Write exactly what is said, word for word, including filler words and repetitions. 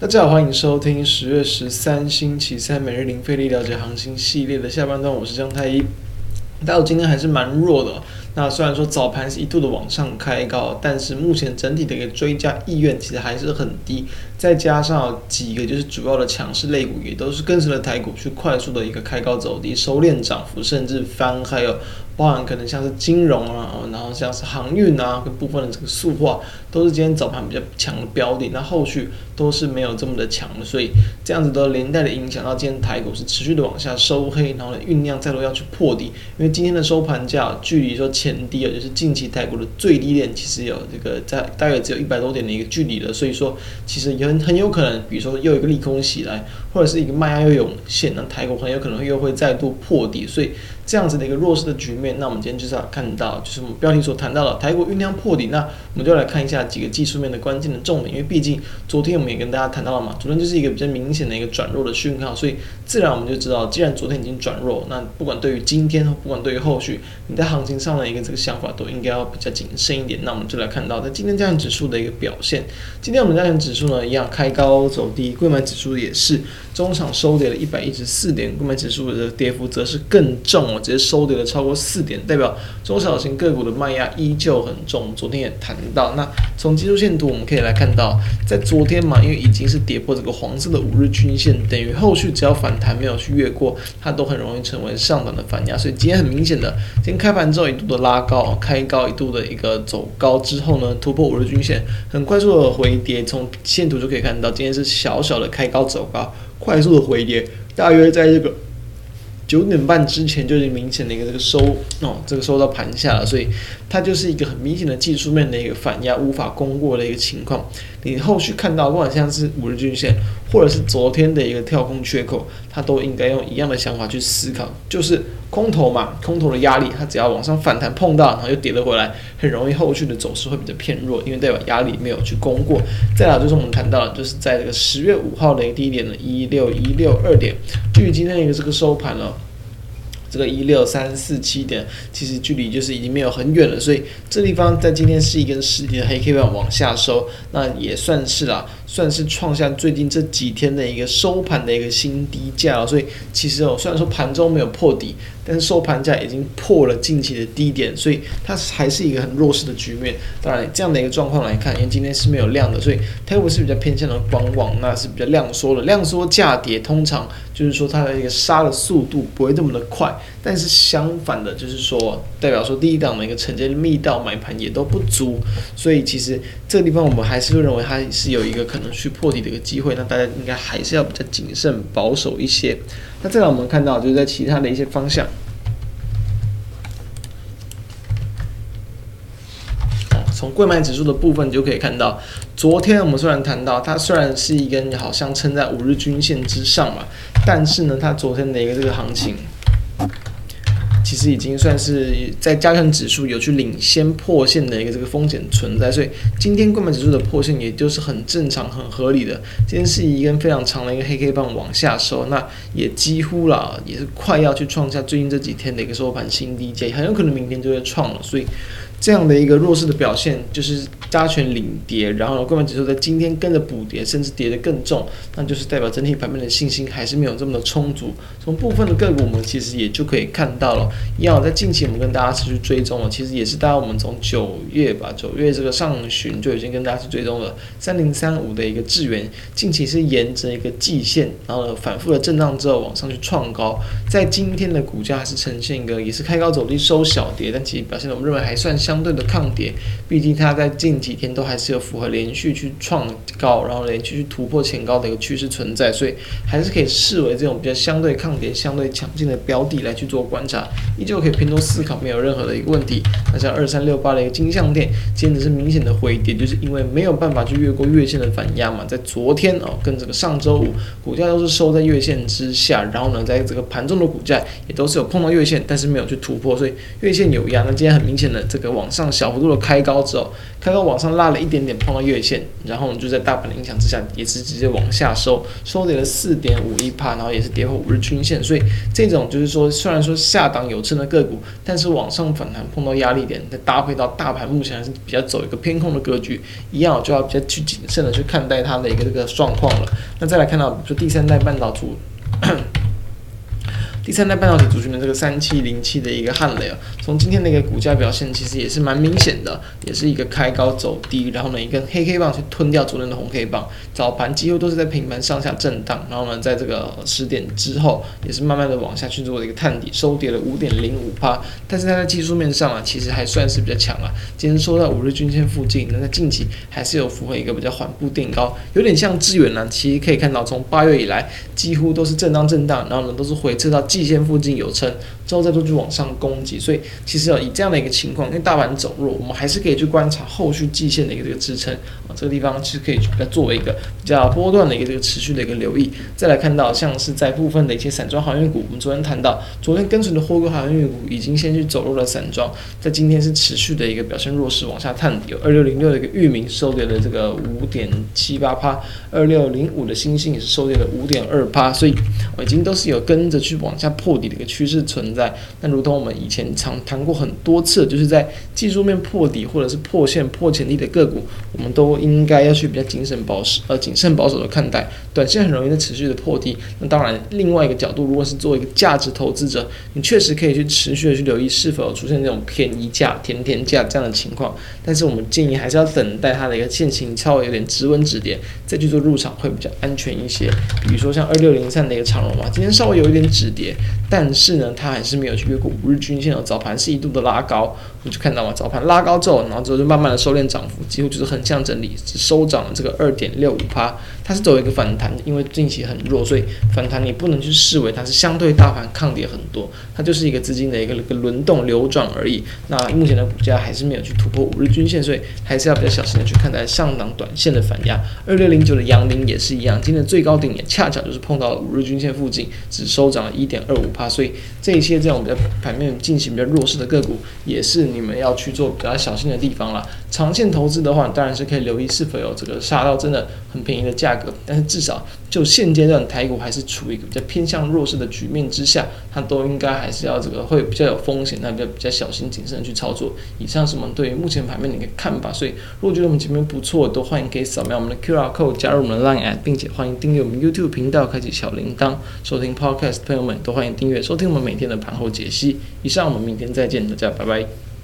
大家好，欢迎收听十月十三星期三每日零费力了解行情系列的下半段，我是江太一。大家今天还是蛮弱的、哦，那虽然说早盘是一度的往上开高，但是目前整体的一个追加意愿其实还是很低，再加上几个就是主要的强势类股也都是跟随了台股去快速的一个开高走低，收敛涨幅，甚至翻，还有包含可能像是金融啊，然后像是航运啊，跟部分的这个塑化，都是今天早盘比较强的标的，那后续都是没有这么的强的，所以这样子都连带的影响到今天台股是持续的往下收黑，然后呢酝酿再度要去破底，因为今天的收盘价距离说前低啊，就是近期台股的最低点，其实有这个在大概只有一百多点的一个距离了，所以说其实也很很有可能，比如说又有一个利空袭来，或者是一个卖压又涌现，那台股很有可能又会再度破底，所以这样子的一个弱势的局面，那我们今天就是要看到，就是我们标题所谈到的台股酝酿破底，那我们就来看一下几个技术面的关键的重点，因为毕竟昨天我们也跟大家谈到了嘛，昨天就是一个比较明显的一个转弱的讯号，所以自然我们就知道，既然昨天已经转弱，那不管对于今天，不管对于后续，你在行情上的一个这个想法都应该要比较谨慎一点。那我们就来看到在今天加权指数的一个表现，今天我们加权指数呢一样开高走低，柜买指数也是中场收跌了一百一十四点，柜买指数的跌幅则是更重哦，直接收跌了超过四点，代表中小型个股的卖压依旧很重。昨天也谈到，那从技术线图我们可以来看到，在昨天嘛，因为已经是跌破这个黄色的五日均线，等于后续只要反弹没有去越过，它都很容易成为上档的反压。所以今天很明显的，今天开盘之后一度的拉高，开高一度的一个走高之后呢，突破五日均线，很快速的回跌。从线图就可以看到，今天是小小的开高走高，快速的回跌，大约在这个九点半之前就已经明显的一个这个收哦，这个收到盘下了，所以它就是一个很明显的技术面的一个反压无法攻过的一个情况。你后续看到，不管像是五日均线，或者是昨天的一个跳空缺口，它都应该用一样的想法去思考，就是空头嘛，空头的压力，它只要往上反弹碰到，然后又跌了回来，很容易后续的走势会比较偏弱，因为代表压力没有去攻过。再来就是我们谈到的，就是在这个十月五号的一个低点的一六一六二点，距离今天的一个这个收盘了。这个一六三四七点，其实距离就是已经没有很远了，所以这地方在今天是一根实体的黑 K 棒往下收，那也算是啦，算是创下最近这几天的一个收盘的一个新低价了。所以其实哦，虽然说盘中没有破底，但是收盘价已经破了近期的低点，所以它还是一个很弱势的局面。当然，这样的一个状况来看，因为今天是没有量的，所以台股是比较偏向的观望，那是比较量缩的。量缩价跌，通常就是说它的一个杀的速度不会这么的快。但是相反的，就是说代表说第一档的一个承接力道买盘也都不足，所以其实这个地方我们还是会认为它是有一个可能去破底的一个机会，那大家应该还是要比较谨慎保守一些。那再来我们看到就是在其他的一些方向，从柜买指数的部分就可以看到，昨天我们虽然谈到它虽然是一根好像撑在五日均线之上嘛，但是呢，它昨天的一个这个行情。其实已经算是在加权指数有去领先破线的一个这个风险存在，所以今天柜买指数的破线也就是很正常、很合理的。今天是一根非常长的一个黑 K 棒往下收，那也几乎啦，也是快要去创下最近这几天的一个收盘新低价，很有可能明天就会创了。所以这样的一个弱势的表现，就是加权领跌，然后柜买指数在今天跟着补跌，甚至跌得更重，那就是代表整体盘面的信心还是没有这么的充足。从部分的个股，我们其实也就可以看到了。一样，在近期我们跟大家持续追踪了，其实也是大家我们从九月吧，九月这个上旬就已经跟大家去追踪了三零三五的一个智原，近期是沿着一个季线，然后反复的震荡之后往上去创高，在今天的股价还是呈现一个也是开高走低收小跌，但其实表现的我们认为还算相对的抗跌，毕竟它在近几天都还是有符合连续去创高，然后连续去突破前高的一个趋势存在，所以还是可以视为这种比较相对抗跌、相对强劲的标的来去做观察。依旧可以偏多思考，没有任何的一个问题。那像二三六八的一个金像电，今天只是明显的回跌，就是因为没有办法去越过月线的反压嘛。在昨天哦，跟这个上周五股价都是收在月线之下，然后呢，在这个盘中的股价也都是有碰到月线，但是没有去突破，所以月线有压。那今天很明显的这个往往上小幅度的开高之后，开高往上拉了一点点碰到月线，然后就在大盘的影响之下，也是直接往下收，收跌了 百分之四点五一， 然后也是跌破五日均线。所以这种就是说，虽然说下档有撑的个股，但是往上反弹碰到压力点，再搭配到大盘目前还是比较走一个偏空的格局，一样就要比较去谨慎的去看待它的一个这个状况了。那再来看到，比如说第三代半导体。第三代半导体族群的这个三七零七的一个汉磊啊，从今天的一个股价表现，其实也是蛮明显的，也是一个开高走低，然后呢一根黑 K 棒去吞掉昨天的红 K 棒，早盘几乎都是在平盘上下震荡，然后呢在这个十点之后，也是慢慢的往下去做的一个探底，收跌了 五点零五， 但是它在技术面上啊，其实还算是比较强啊，今天收到五日均线附近，那在近期还是有符合一个比较缓步垫高，有点像智原啊，其实可以看到从八月以来几乎都是震荡震荡，然后呢都是回撤到季线附近有撑，之后再度去往上攻击，所以其实、哦、以这样的一个情况，因为大盘走弱，我们还是可以去观察后续季线的一个这个支撑啊，这个地方其实可以作为一个比较波段的一个这个持续的一个留意。再来看到像是在部分的一些散装航运股，我们昨天谈到，昨天跟随的货柜航运股已经先去走入了散装，在今天是持续的一个表现弱势往下探底，有二六零六的一个裕民收跌了这个 五点七八， 二六零五的新兴也是收跌了 五点二， 所以、哦、已经都是有跟着去往下破底的一个趋势存在。那如同我们以前常谈过很多次，就是在技术面破底或者是破线破前低的个股，我们都应该要去比较谨慎保守呃谨慎保守的看待，短线很容易在持续的破低。那当然另外一个角度，如果是作为一个价值投资者，你确实可以去持续的去留意是否有出现这种便宜价甜甜价这样的情况，但是我们建议还是要等待它的一个现行稍微有点止稳止跌再去做入场会比较安全一些。比如说像二六零三的一个长荣嘛，今天稍微有一点止跌，但是呢它还是没有去越过五日均线，早盘是一度的拉高，我就看到嘛，早盘拉高之后，然后之后就慢慢的收敛涨幅，几乎就是横向整理，只收涨了这个 二点六五， 它是走一个反弹，因为近期很弱，所以反弹你不能去视为它是相对大盘抗跌很多，它就是一个资金的一个一个轮动流转而已。那目前的股价还是没有去突破五日均线，所以还是要比较小心的去看待上档短线的反压。二六零九的阳明也是一样，今天的最高顶也恰巧就是碰到了五日均线附近，只收涨了 一点二五， 所以这一些这种比较盘面进行比较弱势的个股，也是你们要去做比较小心的地方啦。长线投资的话，当然是可以留意是否有这个杀到真的很便宜的价格，但是至少就现阶段台股还是处于一个比较偏向弱势的局面之下，它都应该还是要这个会比较有风险，那比较比较小心谨慎的去操作。以上是我们对于目前盘面的一个看法，所以如果觉得我们节目不错，都欢迎可以扫描我们的 Q R code 加入我们的 Line， 并且欢迎订阅我们 YouTube 频道，开启小铃铛，收听 Podcast 朋友们都欢迎订阅收听我们每天的盘后解析。以上我们明天再见，大家拜拜。